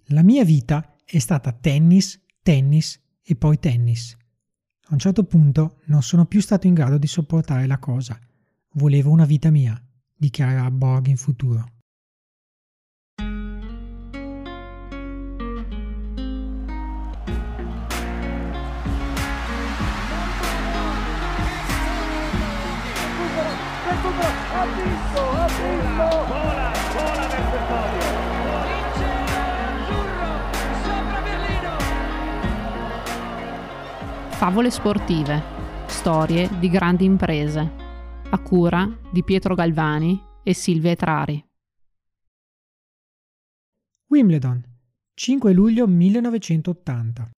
La mia vita è stata tennis, tennis e poi tennis. A un certo punto non sono più stato in grado di sopportare la cosa. Volevo una vita mia, dichiarerà Borg in futuro. Vola verso il podio. Vince l'azzurro sopra Berlino. Favole sportive, storie di grandi imprese, a cura di Pietro Galvani e Silvia Etrari. Wimbledon, 5 luglio 1980.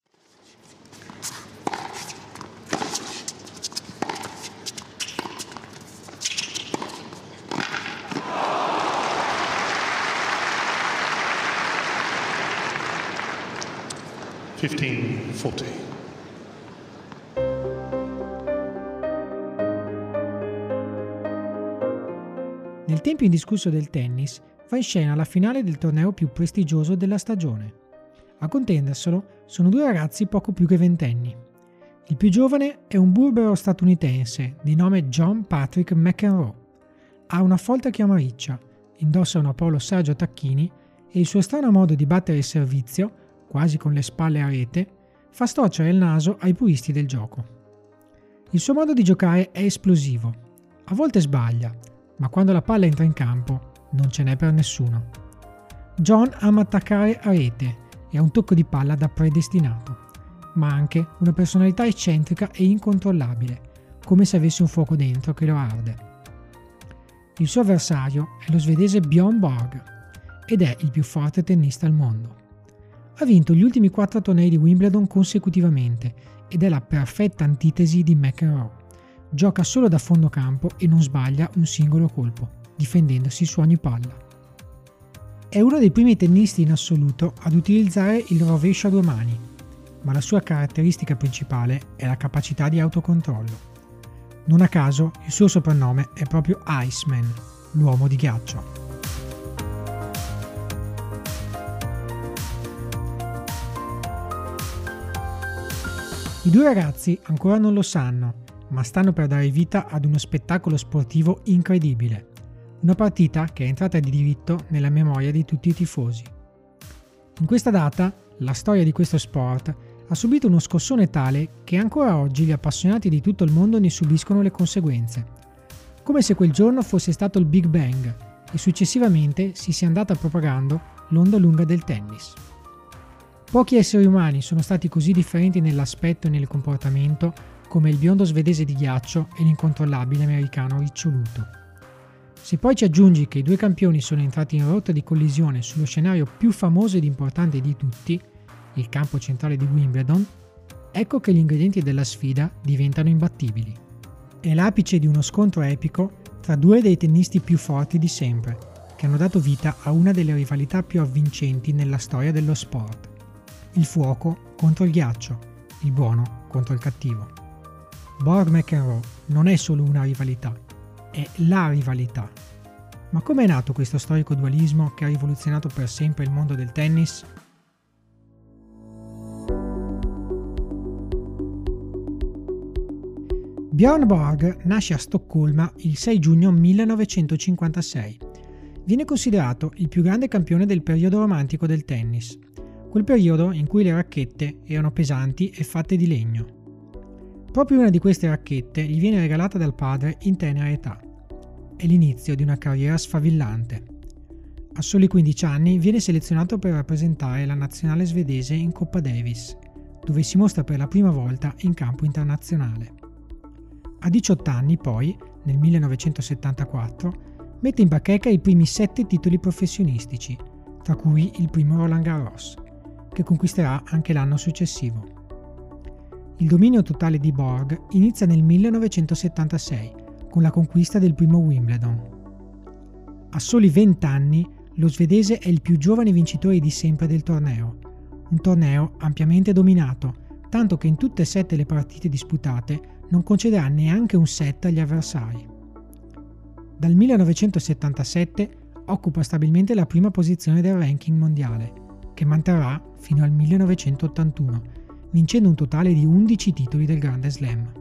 Nel tempio indiscusso del tennis va in scena la finale del torneo più prestigioso della stagione. A contenderselo sono due ragazzi poco più che ventenni. Il più giovane è un burbero statunitense di nome John Patrick McEnroe. Ha una folta chiamariccia, indossa una polo Sergio Tacchini e il suo strano modo di battere il servizio, quasi con le spalle a rete, fa storcere il naso ai puristi del gioco. Il suo modo di giocare è esplosivo. A volte sbaglia, ma quando la palla entra in campo non ce n'è per nessuno. John ama attaccare a rete e ha un tocco di palla da predestinato, ma anche una personalità eccentrica e incontrollabile, come se avesse un fuoco dentro che lo arde. Il suo avversario è lo svedese Bjorn Borg ed è il più forte tennista al mondo. Ha vinto gli ultimi 4 tornei di Wimbledon consecutivamente ed è la perfetta antitesi di McEnroe. Gioca solo da fondo campo e non sbaglia un singolo colpo, difendendosi su ogni palla. È uno dei primi tennisti in assoluto ad utilizzare il rovescio a 2 mani, ma la sua caratteristica principale è la capacità di autocontrollo. Non a caso il suo soprannome è proprio Iceman, l'uomo di ghiaccio. I due ragazzi ancora non lo sanno, ma stanno per dare vita ad uno spettacolo sportivo incredibile. Una partita che è entrata di diritto nella memoria di tutti i tifosi. In questa data, la storia di questo sport ha subito uno scossone tale che ancora oggi gli appassionati di tutto il mondo ne subiscono le conseguenze. Come se quel giorno fosse stato il Big Bang e successivamente si sia andata propagando l'onda lunga del tennis. Pochi esseri umani sono stati così differenti nell'aspetto e nel comportamento come il biondo svedese di ghiaccio e l'incontrollabile americano riccioluto. Se poi ci aggiungi che i due campioni sono entrati in rotta di collisione sullo scenario più famoso ed importante di tutti, il campo centrale di Wimbledon, ecco che gli ingredienti della sfida diventano imbattibili. È l'apice di uno scontro epico tra due dei tennisti più forti di sempre, che hanno dato vita a una delle rivalità più avvincenti nella storia dello sport. Il fuoco contro il ghiaccio, il buono contro il cattivo. Borg-McEnroe non è solo una rivalità, è la rivalità. Ma come è nato questo storico dualismo che ha rivoluzionato per sempre il mondo del tennis? Bjorn Borg nasce a Stoccolma il 6 giugno 1956. Viene considerato il più grande campione del periodo romantico del tennis, quel periodo in cui le racchette erano pesanti e fatte di legno. Proprio una di queste racchette gli viene regalata dal padre in tenera età. È l'inizio di una carriera sfavillante. A soli 15 anni viene selezionato per rappresentare la nazionale svedese in Coppa Davis, dove si mostra per la prima volta in campo internazionale. A 18 anni poi, nel 1974, mette in bacheca i primi 7 titoli professionistici, tra cui il primo Roland Garros, che conquisterà anche l'anno successivo. Il dominio totale di Borg inizia nel 1976 con la conquista del primo Wimbledon. A soli 20 anni lo svedese è il più giovane vincitore di sempre del torneo, un torneo ampiamente dominato, tanto che in tutte e 7 le partite disputate non concederà neanche un set agli avversari. Dal 1977 occupa stabilmente la prima posizione del ranking mondiale, che manterrà fino al 1981, vincendo un totale di 11 titoli del Grande Slam.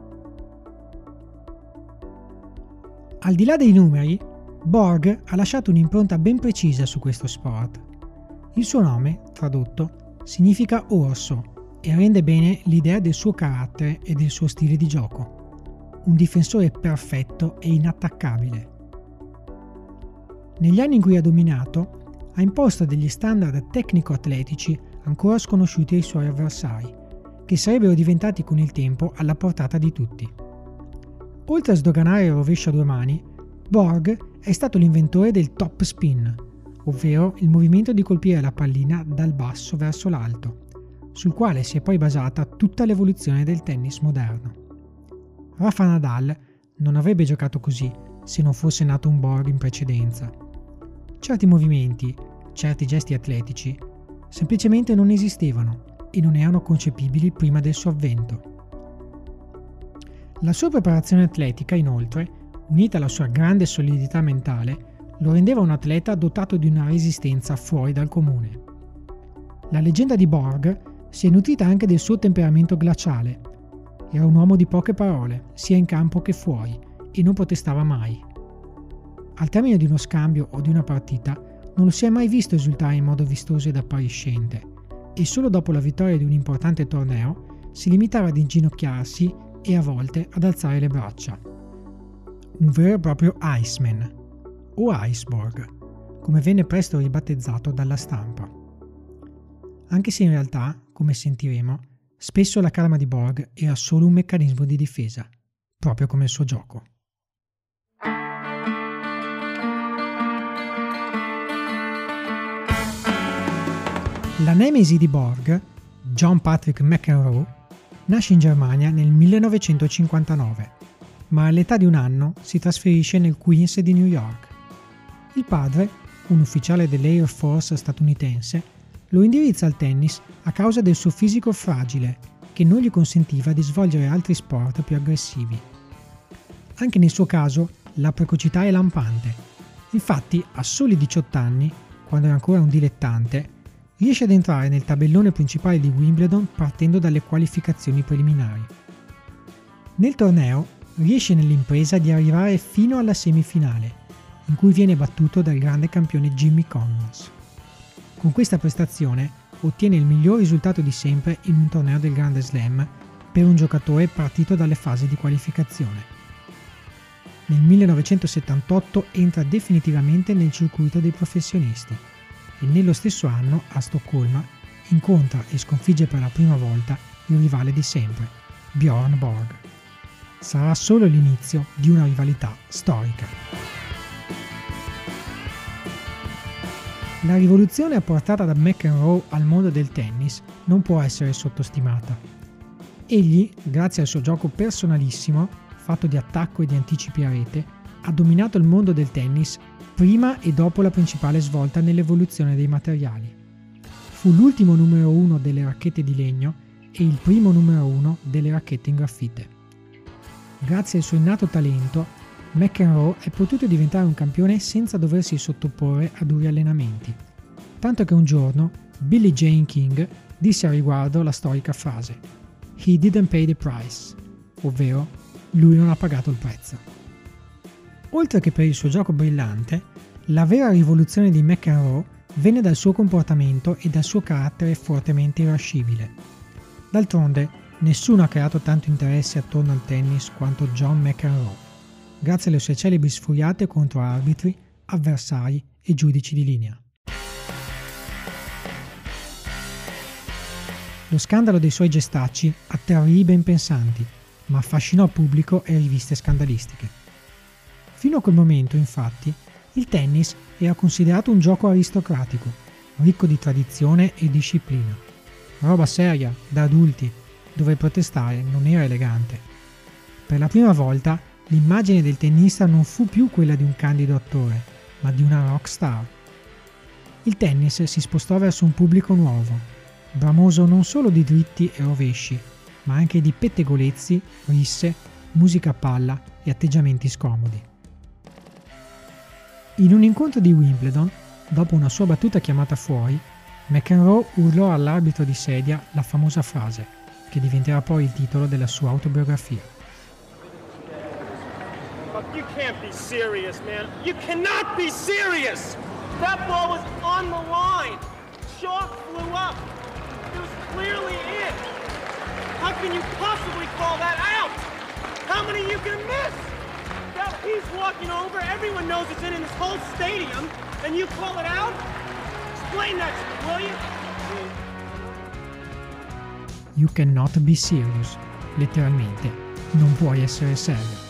Al di là dei numeri, Borg ha lasciato un'impronta ben precisa su questo sport. Il suo nome, tradotto, significa orso e rende bene l'idea del suo carattere e del suo stile di gioco. Un difensore perfetto e inattaccabile. Negli anni in cui ha dominato, ha imposto degli standard tecnico-atletici ancora sconosciuti ai suoi avversari, che sarebbero diventati con il tempo alla portata di tutti. Oltre a sdoganare il rovescio a due mani, Borg è stato l'inventore del top spin, ovvero il movimento di colpire la pallina dal basso verso l'alto, sul quale si è poi basata tutta l'evoluzione del tennis moderno. Rafa Nadal non avrebbe giocato così se non fosse nato un Borg in precedenza. Certi movimenti, certi gesti atletici, semplicemente non esistevano e non erano concepibili prima del suo avvento. La sua preparazione atletica, inoltre, unita alla sua grande solidità mentale, lo rendeva un atleta dotato di una resistenza fuori dal comune. La leggenda di Borg si è nutrita anche del suo temperamento glaciale. Era un uomo di poche parole, sia in campo che fuori, e non protestava mai. Al termine di uno scambio o di una partita non lo si è mai visto esultare in modo vistoso ed appariscente, e solo dopo la vittoria di un importante torneo si limitava ad inginocchiarsi e a volte ad alzare le braccia. Un vero e proprio Iceman, o Iceborg, come venne presto ribattezzato dalla stampa. Anche se in realtà, come sentiremo, spesso la calma di Borg era solo un meccanismo di difesa, proprio come il suo gioco. La nemesi di Borg, John Patrick McEnroe, nasce in Germania nel 1959, ma all'età di un anno si trasferisce nel Queens di New York. Il padre, un ufficiale dell'Air Force statunitense, lo indirizza al tennis a causa del suo fisico fragile, che non gli consentiva di svolgere altri sport più aggressivi. Anche nel suo caso, la precocità è lampante. Infatti, a soli 18 anni, quando era ancora un dilettante, riesce ad entrare nel tabellone principale di Wimbledon partendo dalle qualificazioni preliminari. Nel torneo riesce nell'impresa di arrivare fino alla semifinale, in cui viene battuto dal grande campione Jimmy Connors. Con questa prestazione ottiene il miglior risultato di sempre in un torneo del Grande Slam per un giocatore partito dalle fasi di qualificazione. Nel 1978 entra definitivamente nel circuito dei professionisti e nello stesso anno, a Stoccolma, incontra e sconfigge per la prima volta il rivale di sempre, Bjorn Borg. Sarà solo l'inizio di una rivalità storica. La rivoluzione apportata da McEnroe al mondo del tennis non può essere sottostimata. Egli, grazie al suo gioco personalissimo, fatto di attacco e di anticipi a rete, ha dominato il mondo del tennis prima e dopo la principale svolta nell'evoluzione dei materiali. Fu l'ultimo numero 1 delle racchette di legno e il primo numero 1 delle racchette in graffite. Grazie al suo innato talento, McEnroe è potuto diventare un campione senza doversi sottoporre a duri allenamenti, tanto che un giorno Billie Jean King disse a riguardo la storica frase "He didn't pay the price", ovvero lui non ha pagato il prezzo. Oltre che per il suo gioco brillante, la vera rivoluzione di McEnroe venne dal suo comportamento e dal suo carattere fortemente irascibile. D'altronde, nessuno ha creato tanto interesse attorno al tennis quanto John McEnroe, grazie alle sue celebri sfuriate contro arbitri, avversari e giudici di linea. Lo scandalo dei suoi gestacci atterrì i ben pensanti, ma affascinò pubblico e riviste scandalistiche. Fino a quel momento, infatti, il tennis era considerato un gioco aristocratico, ricco di tradizione e disciplina. Roba seria, da adulti, dove protestare non era elegante. Per la prima volta, l'immagine del tennista non fu più quella di un candido attore, ma di una rock star. Il tennis si spostò verso un pubblico nuovo, bramoso non solo di dritti e rovesci, ma anche di pettegolezzi, risse, musica a palla e atteggiamenti scomodi. In un incontro di Wimbledon, dopo una sua battuta chiamata fuori, McEnroe urlò all'arbitro di sedia la famosa frase, che diventerà poi il titolo della sua autobiografia. You can't be serious, man. You cannot be serious! That ball was on the line. Chalk flew up. It was clearly in. How can you possibly call that out? How many you can miss? That he's walking over, everyone knows it's in this whole stadium, and you call it out? Explain that to me, will you? You cannot be serious. Letteralmente, non puoi essere serio.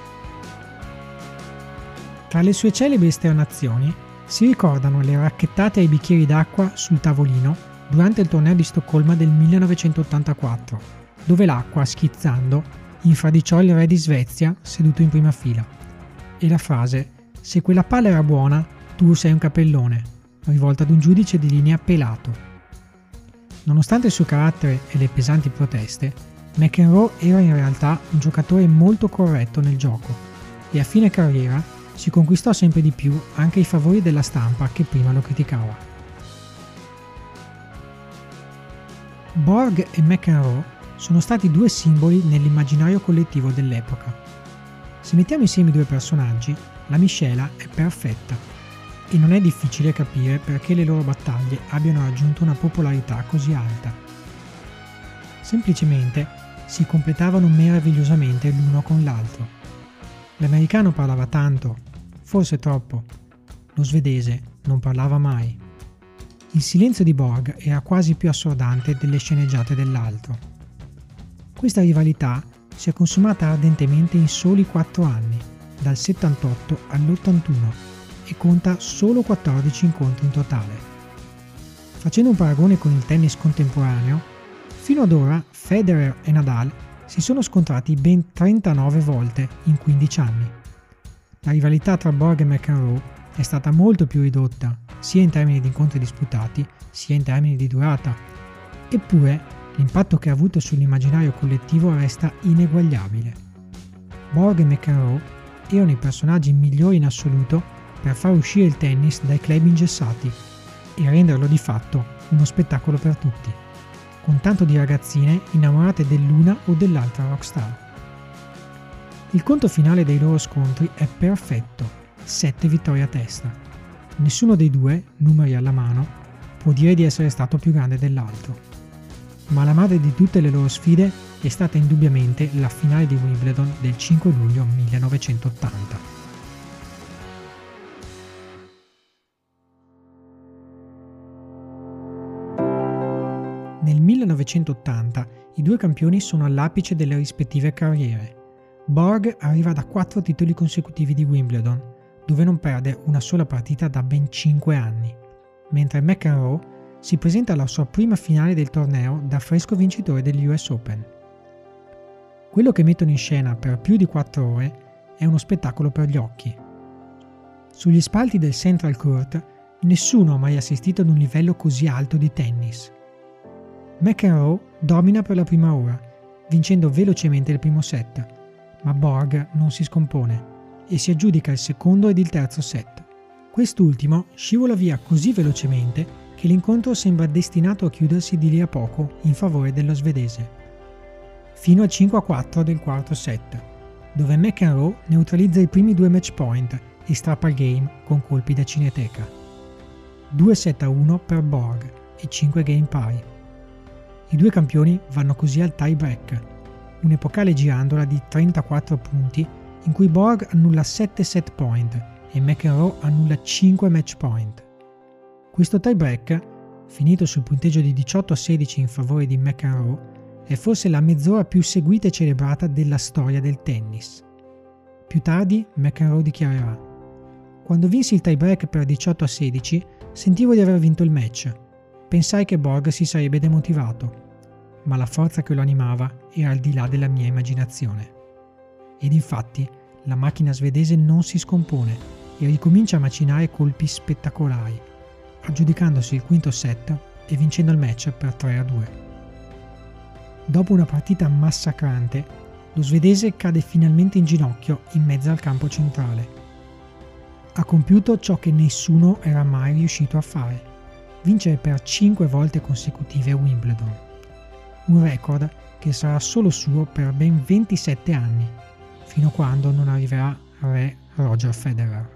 Tra le sue celebri esternazioni si ricordano le racchettate ai bicchieri d'acqua sul tavolino durante il torneo di Stoccolma del 1984, dove l'acqua, schizzando, infradiciò il re di Svezia seduto in prima fila. E la frase «Se quella palla era buona, tu sei un capellone», rivolta ad un giudice di linea pelato. Nonostante il suo carattere e le pesanti proteste, McEnroe era in realtà un giocatore molto corretto nel gioco e a fine carriera si conquistò sempre di più anche i favori della stampa che prima lo criticava. Borg e McEnroe sono stati due simboli nell'immaginario collettivo dell'epoca. Se mettiamo insieme i due personaggi, la miscela è perfetta e non è difficile capire perché le loro battaglie abbiano raggiunto una popolarità così alta. Semplicemente si completavano meravigliosamente l'uno con l'altro. L'americano parlava tanto, forse troppo. Lo svedese non parlava mai. Il silenzio di Borg era quasi più assordante delle sceneggiate dell'altro. Questa rivalità si è consumata ardentemente in soli 4 anni, dal 78 all'81, e conta solo 14 incontri in totale. Facendo un paragone con il tennis contemporaneo, fino ad ora Federer e Nadal si sono scontrati ben 39 volte in 15 anni. La rivalità tra Borg e McEnroe è stata molto più ridotta, sia in termini di incontri disputati, sia in termini di durata. Eppure, l'impatto che ha avuto sull'immaginario collettivo resta ineguagliabile. Borg e McEnroe erano i personaggi migliori in assoluto per far uscire il tennis dai club ingessati e renderlo di fatto uno spettacolo per tutti, con tanto di ragazzine innamorate dell'una o dell'altra rockstar. Il conto finale dei loro scontri è perfetto, 7 vittorie a testa. Nessuno dei due, numeri alla mano, può dire di essere stato più grande dell'altro. Ma la madre di tutte le loro sfide è stata indubbiamente la finale di Wimbledon del 5 luglio 1980. Nel 1980 i due campioni sono all'apice delle rispettive carriere. Borg arriva da 4 titoli consecutivi di Wimbledon, dove non perde una sola partita da ben 5 anni, mentre McEnroe si presenta alla sua prima finale del torneo da fresco vincitore degli US Open. Quello che mettono in scena per più di 4 ore è uno spettacolo per gli occhi. Sugli spalti del Central Court nessuno ha mai assistito ad un livello così alto di tennis. McEnroe domina per la prima ora, vincendo velocemente il primo set, ma Borg non si scompone e si aggiudica il secondo ed il terzo set. Quest'ultimo scivola via così velocemente che l'incontro sembra destinato a chiudersi di lì a poco in favore dello svedese. Fino al 5-4 del quarto set, dove McEnroe neutralizza i primi 2 match point e strappa il game con colpi da cineteca. 2-1 per Borg e 5 game pari. I due campioni vanno così al tie break, un'epocale girandola di 34 punti in cui Borg annulla 7 set point e McEnroe annulla 5 match point. Questo tie break, finito sul punteggio di 18-16 in favore di McEnroe, è forse la mezz'ora più seguita e celebrata della storia del tennis. Più tardi McEnroe dichiarerà: «Quando vinsi il tie break per 18-16 sentivo di aver vinto il match. Pensai che Borg si sarebbe demotivato, ma la forza che lo animava era al di là della mia immaginazione. Ed infatti la macchina svedese non si scompone e ricomincia a macinare colpi spettacolari, aggiudicandosi il quinto set e vincendo il match per 3-2. Dopo una partita massacrante, lo svedese cade finalmente in ginocchio in mezzo al campo centrale. Ha compiuto ciò che nessuno era mai riuscito a fare: vincere per 5 volte consecutive Wimbledon, un record che sarà solo suo per ben 27 anni, fino a quando non arriverà re Roger Federer.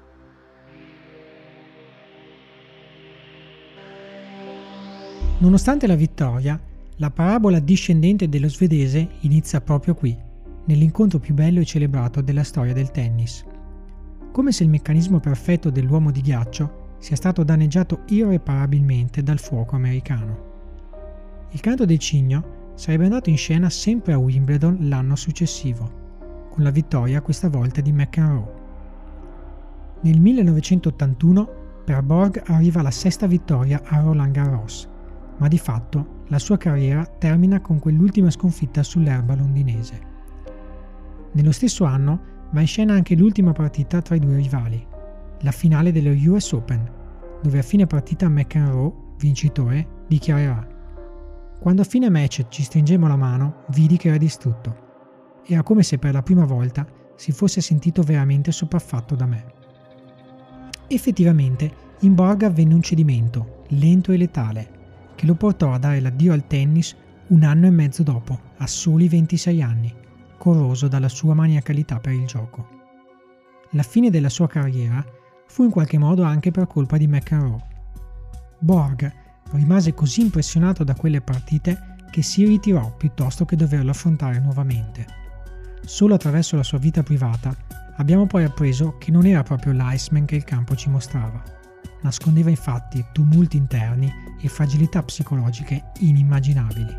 Nonostante la vittoria, la parabola discendente dello svedese inizia proprio qui, nell'incontro più bello e celebrato della storia del tennis. Come se il meccanismo perfetto dell'uomo di ghiaccio sia stato danneggiato irreparabilmente dal fuoco americano. Il canto del cigno sarebbe andato in scena sempre a Wimbledon l'anno successivo, con la vittoria questa volta di McEnroe. Nel 1981 per Borg arriva la 6ª vittoria a Roland Garros, ma di fatto la sua carriera termina con quell'ultima sconfitta sull'erba londinese. Nello stesso anno va in scena anche l'ultima partita tra i due rivali, la finale dello US Open, dove a fine partita McEnroe, vincitore, dichiarerà: «Quando a fine match ci stringemmo la mano, vidi che era distrutto. Era come se per la prima volta si fosse sentito veramente sopraffatto da me». Effettivamente, in Borg avvenne un cedimento, lento e letale, che lo portò a dare l'addio al tennis 1 anno e mezzo dopo, a soli 26 anni, corroso dalla sua maniacalità per il gioco. La fine della sua carriera fu in qualche modo anche per colpa di McEnroe. Borg rimase così impressionato da quelle partite che si ritirò piuttosto che doverlo affrontare nuovamente. Solo attraverso la sua vita privata abbiamo poi appreso che non era proprio l'iceman che il campo ci mostrava. Nascondeva infatti tumulti interni e fragilità psicologiche inimmaginabili.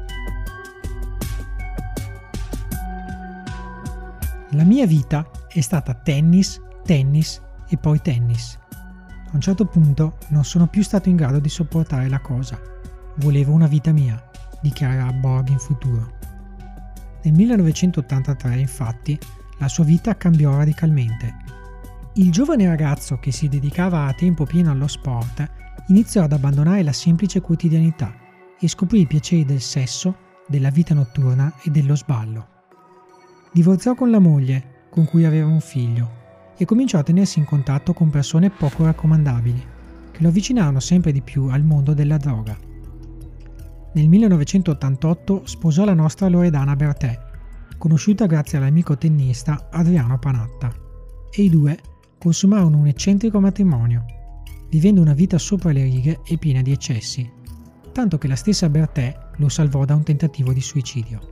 La mia vita è stata tennis, tennis e poi tennis. A un certo punto non sono più stato in grado di sopportare la cosa. Volevo una vita mia, dichiarerà Borg in futuro. Nel 1983, infatti, la sua vita cambiò radicalmente. Il giovane ragazzo che si dedicava a tempo pieno allo sport iniziò ad abbandonare la semplice quotidianità e scoprì i piaceri del sesso, della vita notturna e dello sballo. Divorziò con la moglie, con cui aveva un figlio, e cominciò a tenersi in contatto con persone poco raccomandabili, che lo avvicinarono sempre di più al mondo della droga. Nel 1988 sposò la nostra Loredana Bertè, conosciuta grazie all'amico tennista Adriano Panatta, e i due consumarono un eccentrico matrimonio, vivendo una vita sopra le righe e piena di eccessi, tanto che la stessa Bertè lo salvò da un tentativo di suicidio.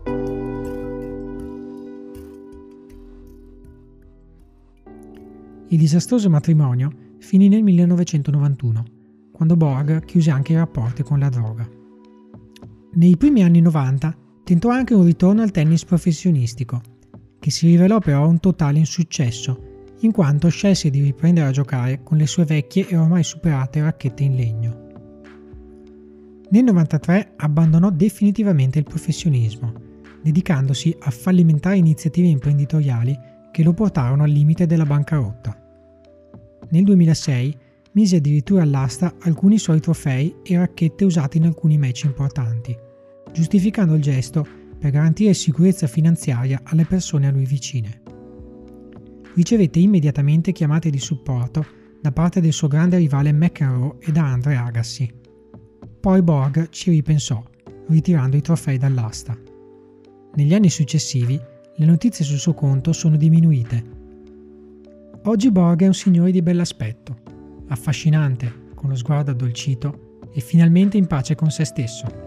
Il disastroso matrimonio finì nel 1991, quando Borg chiuse anche i rapporti con la droga. Nei primi anni 90 tentò anche un ritorno al tennis professionistico, che si rivelò però un totale insuccesso, in quanto scelse di riprendere a giocare con le sue vecchie e ormai superate racchette in legno. Nel 1993 abbandonò definitivamente il professionismo, dedicandosi a fallimentari iniziative imprenditoriali che lo portarono al limite della bancarotta. Nel 2006 mise addirittura all'asta alcuni suoi trofei e racchette usate in alcuni match importanti, giustificando il gesto per garantire sicurezza finanziaria alle persone a lui vicine. Ricevette immediatamente chiamate di supporto da parte del suo grande rivale McEnroe e da Andre Agassi. Poi Borg ci ripensò, ritirando i trofei dall'asta. Negli anni successivi le notizie sul suo conto sono diminuite. Oggi Borg è un signore di bell'aspetto, affascinante, con lo sguardo addolcito e finalmente in pace con se stesso.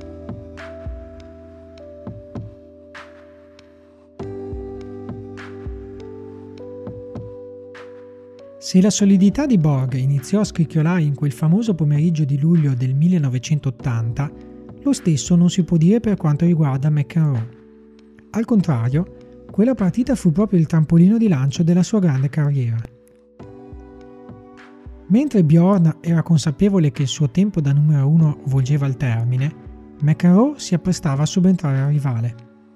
Se la solidità di Borg iniziò a scricchiolare in quel famoso pomeriggio di luglio del 1980, lo stesso non si può dire per quanto riguarda McEnroe. Al contrario, quella partita fu proprio il trampolino di lancio della sua grande carriera. Mentre Bjorn era consapevole che il suo tempo da numero 1 volgeva al termine, McEnroe si apprestava a subentrare al rivale.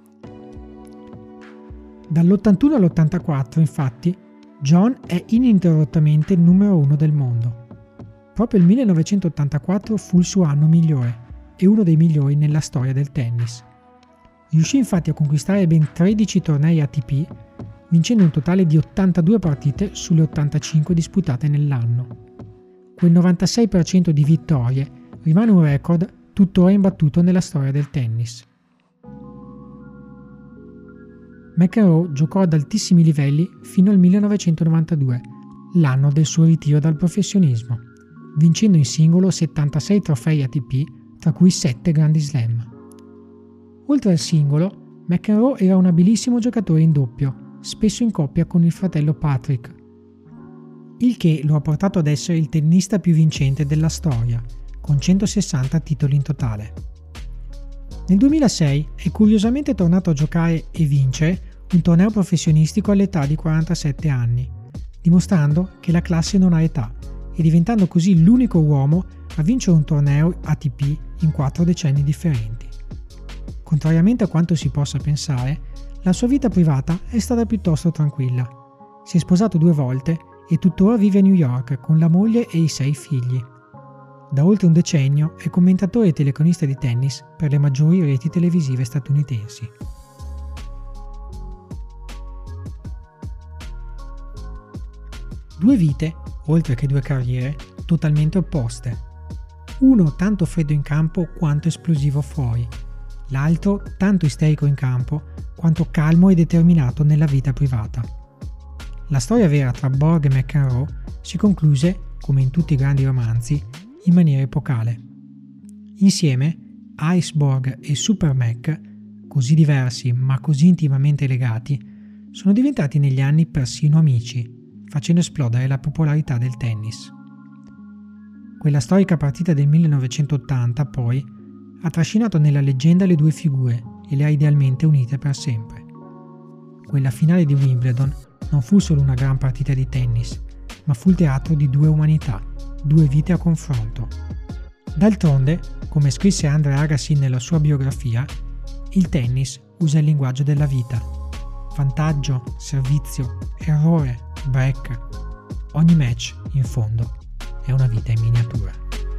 Dall'81 all'84, infatti, John è ininterrottamente il numero 1 del mondo. Proprio il 1984 fu il suo anno migliore e uno dei migliori nella storia del tennis. Riuscì infatti a conquistare ben 13 tornei ATP, vincendo un totale di 82 partite sulle 85 disputate nell'anno. quel 96% di vittorie rimane un record tuttora imbattuto nella storia del tennis. McEnroe giocò ad altissimi livelli fino al 1992, l'anno del suo ritiro dal professionismo, vincendo in singolo 76 trofei ATP, tra cui 7 Grandi Slam. Oltre al singolo, McEnroe era un abilissimo giocatore in doppio, spesso in coppia con il fratello Patrick, il che lo ha portato ad essere il tennista più vincente della storia, con 160 titoli in totale. Nel 2006 è curiosamente tornato a giocare e vincere un torneo professionistico all'età di 47 anni, dimostrando che la classe non ha età e diventando così l'unico uomo a vincere un torneo ATP in 4 decenni differenti. Contrariamente a quanto si possa pensare, la sua vita privata è stata piuttosto tranquilla. Si è sposato 2 volte e tuttora vive a New York con la moglie e i 6 figli. Da oltre un decennio è commentatore e telecronista di tennis per le maggiori reti televisive statunitensi. Due vite, oltre che 2 carriere, totalmente opposte. Uno tanto freddo in campo quanto esplosivo fuori, l'altro tanto isterico in campo quanto calmo e determinato nella vita privata. La storia vera tra Borg e McEnroe si concluse, come in tutti i grandi romanzi, in maniera epocale. Insieme, Ice Borg e Super Mac, così diversi ma così intimamente legati, sono diventati negli anni persino amici, facendo esplodere la popolarità del tennis. Quella storica partita del 1980, poi, ha trascinato nella leggenda le 2 figure e le ha idealmente unite per sempre. Quella finale di Wimbledon non fu solo una gran partita di tennis, ma fu il teatro di 2 umanità, 2 vite a confronto. D'altronde, come scrisse Andre Agassi nella sua biografia, il tennis usa il linguaggio della vita. Vantaggio, servizio, errore, break. Ogni match, in fondo, è una vita in miniatura.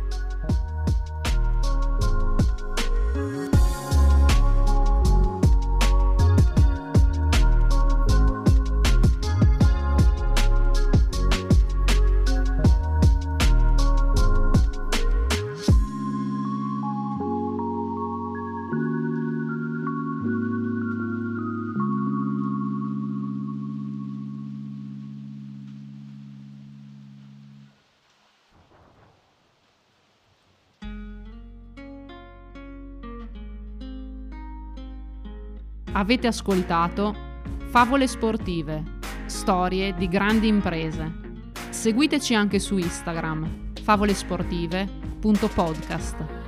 Avete ascoltato Favole sportive, storie di grandi imprese. Seguiteci anche su Instagram, favolesportive.podcast.